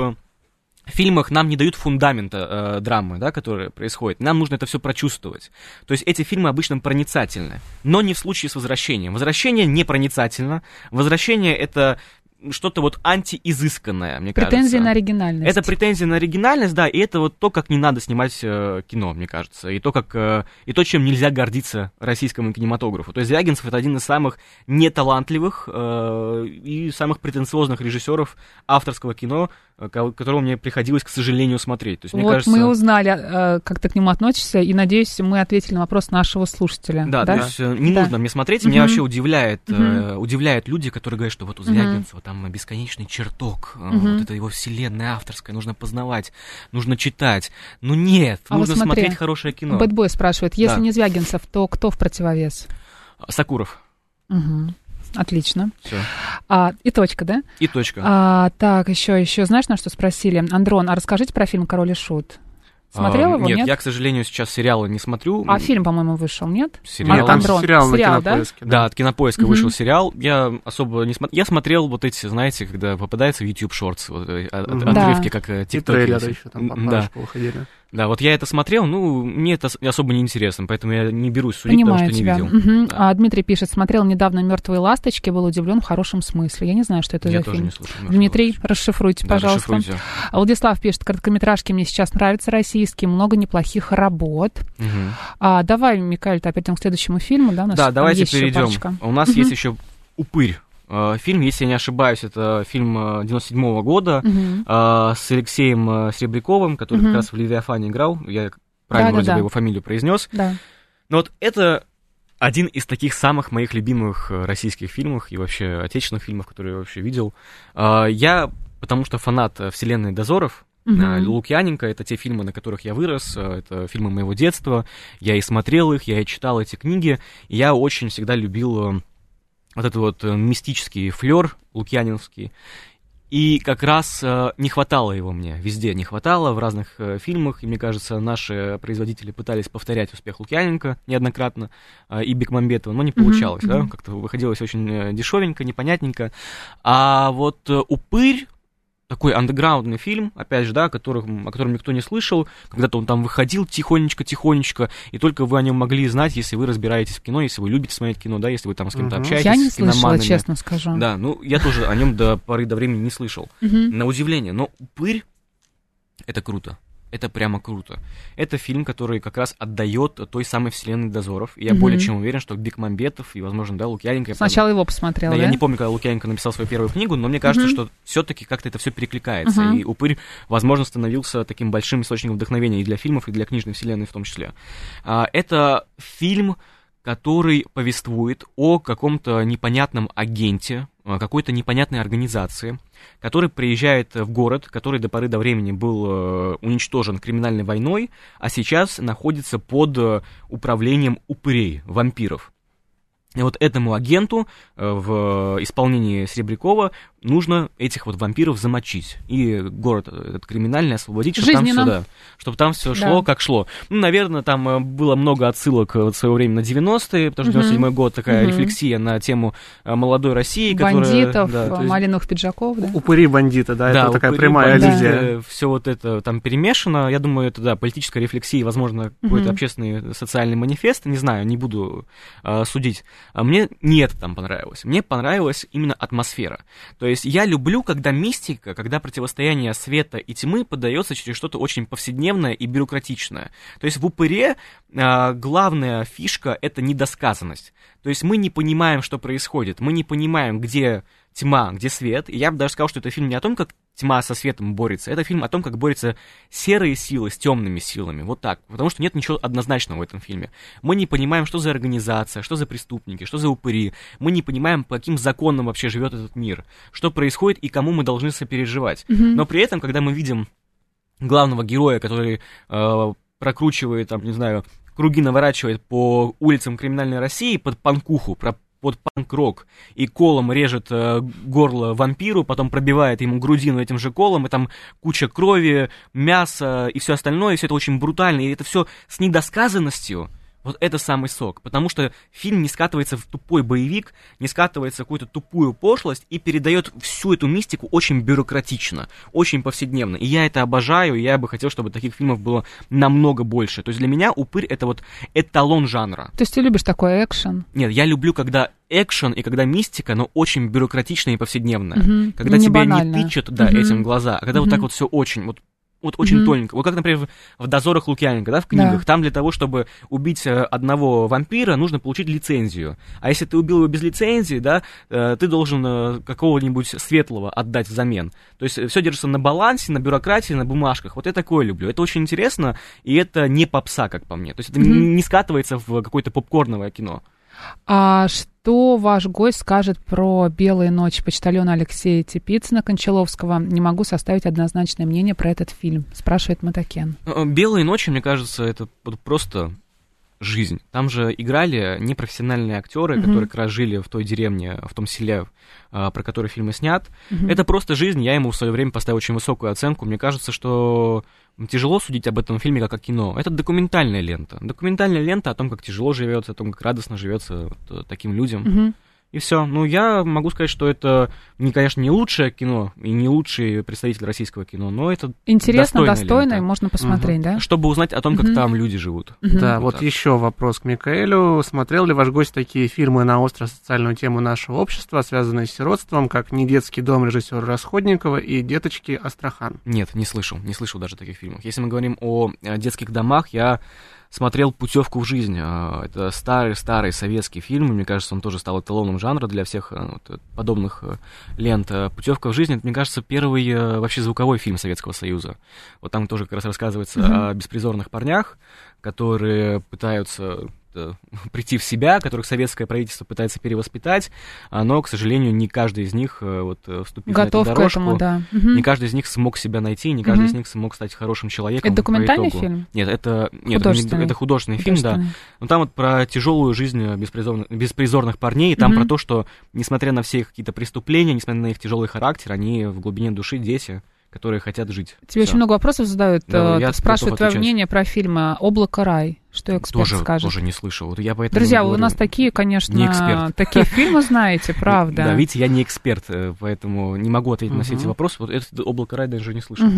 фильмах нам не дают фундамента драмы, да, которая происходит. Нам нужно это все прочувствовать. То есть эти фильмы обычно проницательны. Но не в случае с «Возвращением». «Возвращение» не проницательно. «Возвращение» — это что-то вот антиизысканное, мне кажется. Претензия на оригинальность. Это претензия на оригинальность, да, и это вот то, как не надо снимать кино, мне кажется, и то, чем нельзя гордиться российскому кинематографу. То есть Звягинцев — это один из самых неталантливых и самых претенциозных режиссеров авторского кино, которого мне приходилось, к сожалению, смотреть. То есть, вот мне кажется... мы узнали, как ты к нему относишься, и, надеюсь, мы ответили на вопрос нашего слушателя. Да, то есть не нужно мне смотреть, меня вообще удивляют люди, которые говорят, что вот у Звягинцева там бесконечный чертог, вот это его вселенная авторская, нужно познавать, нужно читать. Ну нет, нужно смотреть хорошее кино. Бэтбой спрашивает, если не Звягинцев, то кто в противовес? Сакуров. Отлично. Все. И точка, да? И точка. Так, еще, знаешь, на что спросили? Андрон, расскажите про фильм «Король и Шут». Смотрел его, нет? Нет, я, к сожалению, сейчас сериалы не смотрю. А фильм, по-моему, вышел, нет? Сериал. Там сериал на Кинопоиске. Да, от Кинопоиска вышел сериал. Я особо не смотрел. Я смотрел вот эти, знаете, когда попадаются в YouTube Shorts, вот, отрывки, как TikTok. И трейлеры еще там парочку выходили. Да, вот я это смотрел, мне это особо не интересно, поэтому я не берусь судить, потому что не видел. Да. Дмитрий пишет, смотрел недавно «Мертвые ласточки», был удивлен в хорошем смысле. Я не знаю, что это за фильм. Не слышал, Дмитрий, расшифруйте, пожалуйста. Расшифруйте. Владислав пишет, короткометражки мне сейчас нравятся российские, много неплохих работ. Давай, Микаэль, перейдем к следующему фильму, да? Да, давайте перейдем. У нас есть еще «Упырь». Фильм, если я не ошибаюсь, это фильм 97-го года с Алексеем Серебряковым, который как раз в «Левиафане» играл. Я правильно вроде бы его фамилию произнес. Да. Но вот это один из таких самых моих любимых российских фильмов и вообще отечественных фильмов, которые я вообще видел. Я, потому что фанат «Вселенной Дозоров», Лукьяненко — это те фильмы, на которых я вырос, это фильмы моего детства. Я и смотрел их, я и читал эти книги. И я очень всегда любил вот этот вот мистический флёр лукьянинский, и как раз не хватало его мне, везде не хватало, в разных фильмах, и мне кажется, наши производители пытались повторять успех Лукьяненко неоднократно, и Бекмамбетова, но не получалось, да, как-то выходилось очень дешевенько, непонятненько, а вот «Упырь», такой андеграундный фильм, опять же, да, о котором никто не слышал. Когда-то он там выходил тихонечко, и только вы о нем могли знать, если вы разбираетесь в кино, если вы любите смотреть кино, да, если вы там с кем-то общаетесь. Я не слышала, честно скажу. Да, я тоже о нем до поры до времени не слышал. На удивление. Но «Упырь» — это круто. Это прямо круто. Это фильм, который как раз отдает той самой вселенной Дозоров. И я более чем уверен, что Бекмамбетов и, возможно, да, Лукьяненко... Сначала его посмотрел, да? Я не помню, когда Лукьяненко написал свою первую книгу, но мне кажется, что все-таки как-то это все перекликается. И «Упырь», возможно, становился таким большим источником вдохновения и для фильмов, и для книжной вселенной в том числе. Это фильм, который повествует о каком-то непонятном агенте, какой-то непонятной организации, который приезжает в город, который до поры до времени был уничтожен криминальной войной, а сейчас находится под управлением упырей, вампиров. И вот этому агенту в исполнении Серебрякова нужно этих вот вампиров замочить и город этот криминальный освободить, чтобы там все шло, как шло. Наверное, там было много отсылок в свое время на 90-е, потому что 97-й год такая рефлексия на тему молодой России, бандитов, малиновых пиджаков, да? Упыри-бандиты, да, это такая прямая аллюзия. Все вот это там перемешано. Я думаю, это, политическая рефлексия, возможно, какой-то общественный социальный манифест, не знаю, не буду судить. Мне не это там понравилось. Мне понравилась именно атмосфера. То есть я люблю, когда мистика, когда противостояние света и тьмы подается через что-то очень повседневное и бюрократичное. То есть в «Упыре» главная фишка — это недосказанность. То есть мы не понимаем, что происходит, мы не понимаем, где тьма, где свет. И я бы даже сказал, что это фильм не о том, как тьма со светом борется, это фильм о том, как борются серые силы с темными силами. Вот так. Потому что нет ничего однозначного в этом фильме. Мы не понимаем, что за организация, что за преступники, что за упыри. Мы не понимаем, по каким законам вообще живет этот мир, что происходит и кому мы должны сопереживать. Но при этом, когда мы видим главного героя, который прокручивает, там, не знаю, круги наворачивает по улицам криминальной России под панкуху, под панк-рок, и колом режет горло вампиру, потом пробивает ему грудину этим же колом, и там куча крови, мяса и все остальное, и все это очень брутально, и это все с недосказанностью. Вот это самый сок, потому что фильм не скатывается в тупой боевик, не скатывается в какую-то тупую пошлость и передает всю эту мистику очень бюрократично, очень повседневно. И я это обожаю, и я бы хотел, чтобы таких фильмов было намного больше. То есть для меня «Упырь» — это вот эталон жанра. То есть ты любишь такой экшен? Нет, я люблю, когда экшен и когда мистика, но очень бюрократичная и повседневная. Когда не тебя банально. Не тычут этим глаза, а когда вот так вот все очень... Вот очень тоненько. Вот как, например, в «Дозорах» Лукьяненко, да, в книгах. Да. Там для того, чтобы убить одного вампира, нужно получить лицензию. А если ты убил его без лицензии, да, ты должен какого-нибудь светлого отдать взамен. То есть все держится на балансе, на бюрократии, на бумажках. Вот я такое люблю. Это очень интересно, и это не попса, как по мне. То есть это не скатывается в какое-то попкорновое кино. А что ваш гость скажет про «Белые ночи» почтальона Алексея Тепицына-Кончаловского? Не могу составить однозначное мнение про этот фильм, спрашивает Матакен. «Белые ночи», мне кажется, это просто жизнь. Там же играли непрофессиональные актеры, которые как раз жили в той деревне, в том селе, про который фильм и снят. Это просто жизнь, я ему в свое время поставил очень высокую оценку. Мне кажется, что тяжело судить об этом фильме как о кино. Это документальная лента. Документальная лента о том, как тяжело живется, о том, как радостно живется вот таким людям. И все. Ну, я могу сказать, что это, конечно, не лучшее кино и не лучший представитель российского кино, но это интересно, достойно, и можно посмотреть, да? Чтобы узнать о том, как там люди живут. Да, вот еще вопрос к Микаэлю. Смотрел ли ваш гость такие фильмы на остро-социальную тему нашего общества, связанные с сиротством, как «Недетский дом» режиссера Расходникова и «Деточки» Астрахан? Нет, не слышал даже таких фильмов. Если мы говорим о детских домах, я смотрел «Путевку в жизнь». Это старый советский фильм. Мне кажется, он тоже стал эталоном жанра для всех подобных лент. «Путевка в жизнь» — это, мне кажется, первый вообще звуковой фильм Советского Союза. Вот там тоже как раз рассказывается о беспризорных парнях, которые пытаются прийти в себя, которых советское правительство пытается перевоспитать, но, к сожалению, не каждый из них вступил на эту дорожку. Готов к этому, да. Не каждый из них смог себя найти, не каждый из них смог стать хорошим человеком. Это документальный фильм? Нет, это художественный фильм, да. Но там вот про тяжелую жизнь беспризорных парней, и там про то, что, несмотря на все их какие-то преступления, несмотря на их тяжелый характер, они в глубине души дети, которые хотят жить. Тебе очень много вопросов задают. Спрашивают твое мнение про фильм «Облако. Рай». Что эксперт скажет? Тоже не слышал. Вот я поэтому Друзья, вы у нас такие, конечно, такие фильмы знаете, правда. Да, видите, я не эксперт, поэтому не могу ответить на все эти вопросы. Вот это «Облако. Рай» даже не слышал.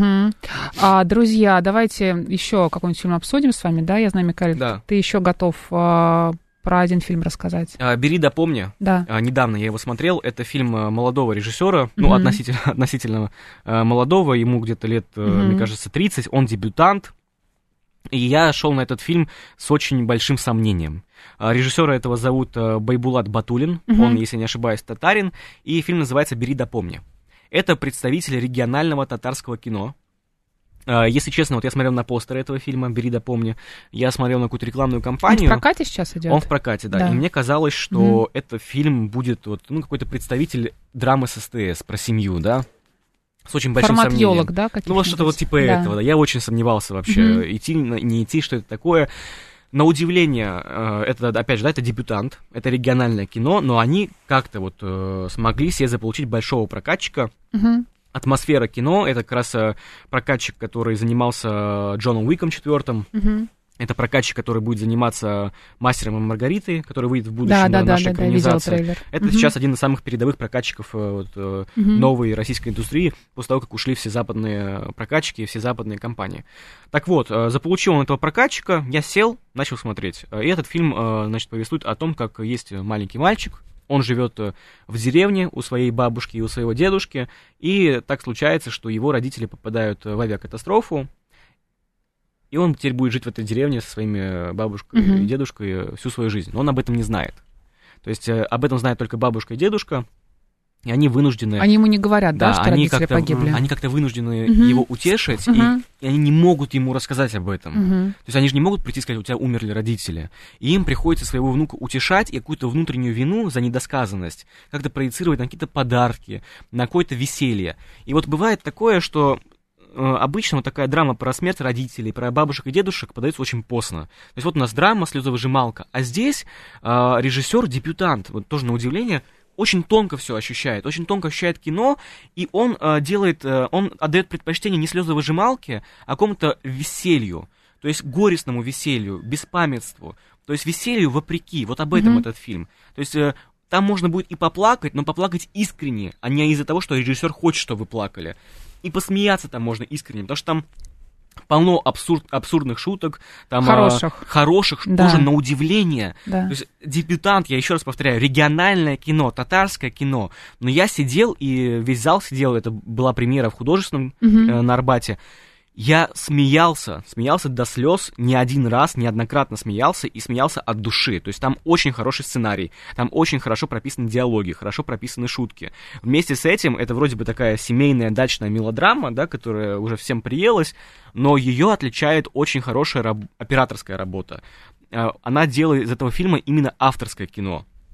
Друзья, давайте еще какой-нибудь фильм обсудим с вами, да? Я знаю, Микаэль, ты еще готов про один фильм рассказать. «Бери да помни». Да. Недавно я его смотрел. Это фильм молодого режиссера, ну, относительно молодого, ему где-то лет, мне кажется, 30. Он дебютант. И я шел на этот фильм с очень большим сомнением. Режиссера этого зовут Байбулат Батулин. Он, если не ошибаюсь, татарин. И фильм называется «Бери да помни». Это представитель регионального татарского кино. Если честно, вот я смотрел на постеры этого фильма «Бери да помни», я смотрел на какую-то рекламную кампанию. Он в прокате сейчас идет? Он в прокате, да. И мне казалось, что этот фильм будет какой-то представитель драмы с СТС про семью, да, с очень большим формат сомнением. ёлок, да? Ну, вот что-то вот типа этого, да. Я очень сомневался вообще, идти, не идти, что это такое. На удивление, это, опять же, да, это дебютант, это региональное кино, но они как-то вот смогли себе заполучить большого прокатчика. Атмосфера кино, это как раз прокатчик, который занимался Джоном Уиком 4. Это прокатчик, который будет заниматься «Мастером и Маргаритой», который выйдет в будущем на нашей экранизации. Это сейчас один из самых передовых прокатчиков новой российской индустрии, после того, как ушли все западные прокатчики и все западные компании. Так вот, заполучил он этого прокатчика, я сел, начал смотреть. И этот фильм, значит, повествует о том, как есть маленький мальчик, он живет в деревне у своей бабушки и у своего дедушки, и так случается, что его родители попадают в авиакатастрофу, и он теперь будет жить в этой деревне со своими бабушкой и дедушкой всю свою жизнь. Но он об этом не знает. То есть об этом знают только бабушка и дедушка, и они вынуждены... Они ему не говорят, да, что родители погибли? Они как-то вынуждены его утешить, и они не могут ему рассказать об этом. То есть они же не могут прийти и сказать, у тебя умерли родители. И им приходится своего внука утешать и какую-то внутреннюю вину за недосказанность как-то проецировать на какие-то подарки, на какое-то веселье. И вот бывает такое, что обычно вот такая драма про смерть родителей, про бабушек и дедушек подается очень поздно. То есть вот у нас драма, слезовыжималка, а здесь режиссер, дебютант, вот тоже на удивление, очень тонко все ощущает, очень тонко ощущает кино, и он он отдает предпочтение не слезовыжималке, а какому-то веселью, то есть горестному веселью, беспамятству, то есть веселью вопреки, вот об этом этот фильм. То есть там можно будет и поплакать, но поплакать искренне, а не из-за того, что режиссер хочет, чтобы вы плакали. И посмеяться там можно искренне, потому что там полно абсурдных шуток, там хороших да. тоже на удивление. Да. То есть дебютант, я еще раз повторяю, региональное кино, татарское кино. Но я сидел, и весь зал сидел, это была премьера в художественном на Арбате. Я смеялся до слез не один раз, неоднократно смеялся, и смеялся от души. То есть там очень хороший сценарий, там очень хорошо прописаны диалоги, хорошо прописаны шутки. Вместе с этим это вроде бы такая семейная дачная мелодрама, да, которая уже всем приелась, но ее отличает очень хорошая операторская работа. Она делает из этого фильма именно авторское кино.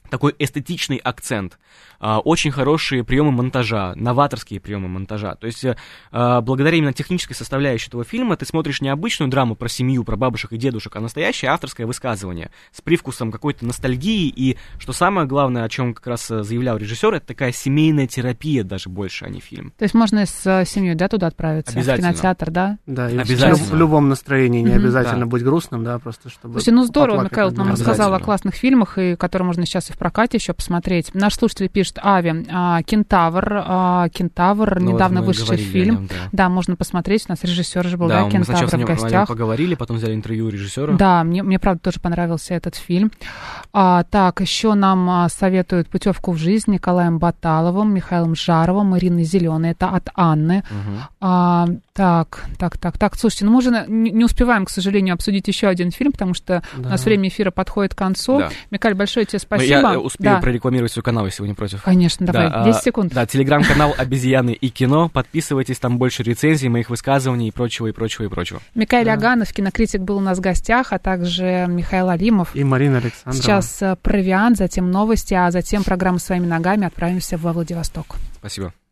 такой эстетичный акцент, очень хорошие приемы монтажа, новаторские приемы монтажа. То есть, благодаря именно технической составляющей этого фильма ты смотришь не обычную драму про семью, про бабушек и дедушек, а настоящее авторское высказывание с привкусом какой-то ностальгии. И, что самое главное, о чем как раз заявлял режиссер, это такая семейная терапия даже больше, а не фильм. То есть можно с семьей, да, туда отправиться? Обязательно. В кинотеатр, да? Да, и в любом настроении, не обязательно быть грустным, да, просто чтобы... Слушайте, ну здорово, Михаил нам рассказал о классных фильмах, и которые можно сейчас и в прокате еще посмотреть. Наш слушатель пишет, Ави, Кентавр, недавно вышедший фильм. Нем, да, можно посмотреть, у нас режиссер же был, да, Кентавр в гостях. Мы сначала поговорили, потом взяли интервью режиссера. Да, мне правда тоже понравился этот фильм. Так, еще нам советуют «Путевку в жизнь» Николаем Баталовым, Михаилом Жаровым, Ириной Зеленой. Это от Анны. Так. Слушайте, ну мы уже не успеваем, к сожалению, обсудить еще один фильм, потому что у нас время эфира подходит к концу. Да. Михаил, большое тебе спасибо. Я успею прорекламировать свой канал, если вы не против. Конечно, давай, 10 секунд. Да, телеграм-канал «Обезьяны и кино». Подписывайтесь, там больше рецензий, моих высказываний и прочего. Михаил Аганов, кинокритик, был у нас в гостях, а также Михаил Алимов. И Марина Александрова. Сейчас «Провиант», затем новости, а затем программа «Своими ногами». Отправимся во Владивосток. Спасибо.